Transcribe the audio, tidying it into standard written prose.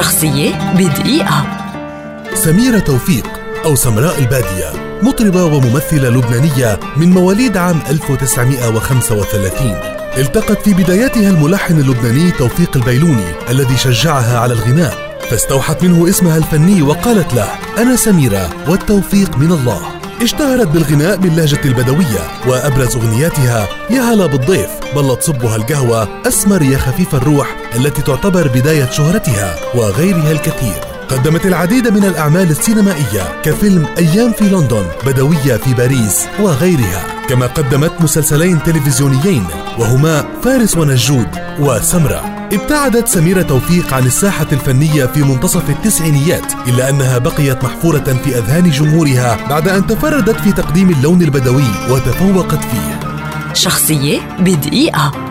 شخصية بدقيقة. سميرة توفيق أو سمراء البادية، مطربة وممثلة لبنانية من مواليد عام 1935. التقت في بداياتها الملحن اللبناني توفيق البيلوني الذي شجعها على الغناء، فاستوحت منه اسمها الفني وقالت له: أنا سميرة والتوفيق من الله. اشتهرت بالغناء باللهجة البدوية، وأبرز أغنياتها يا هلا بالضيف، بلة تصبها القهوة، أسمر يا خفيف الروح التي تعتبر بداية شهرتها، وغيرها الكثير. قدمت العديد من الأعمال السينمائية كفيلم أيام في لندن، بدوية في باريس وغيرها، كما قدمت مسلسلين تلفزيونيين وهما فارس ونجود وسمرة. ابتعدت سميرة توفيق عن الساحة الفنية في منتصف التسعينيات، إلا أنها بقيت محفورة في أذهان جمهورها بعد أن تفردت في تقديم اللون البدوي وتفوقت فيه. شخصية بدقيقة.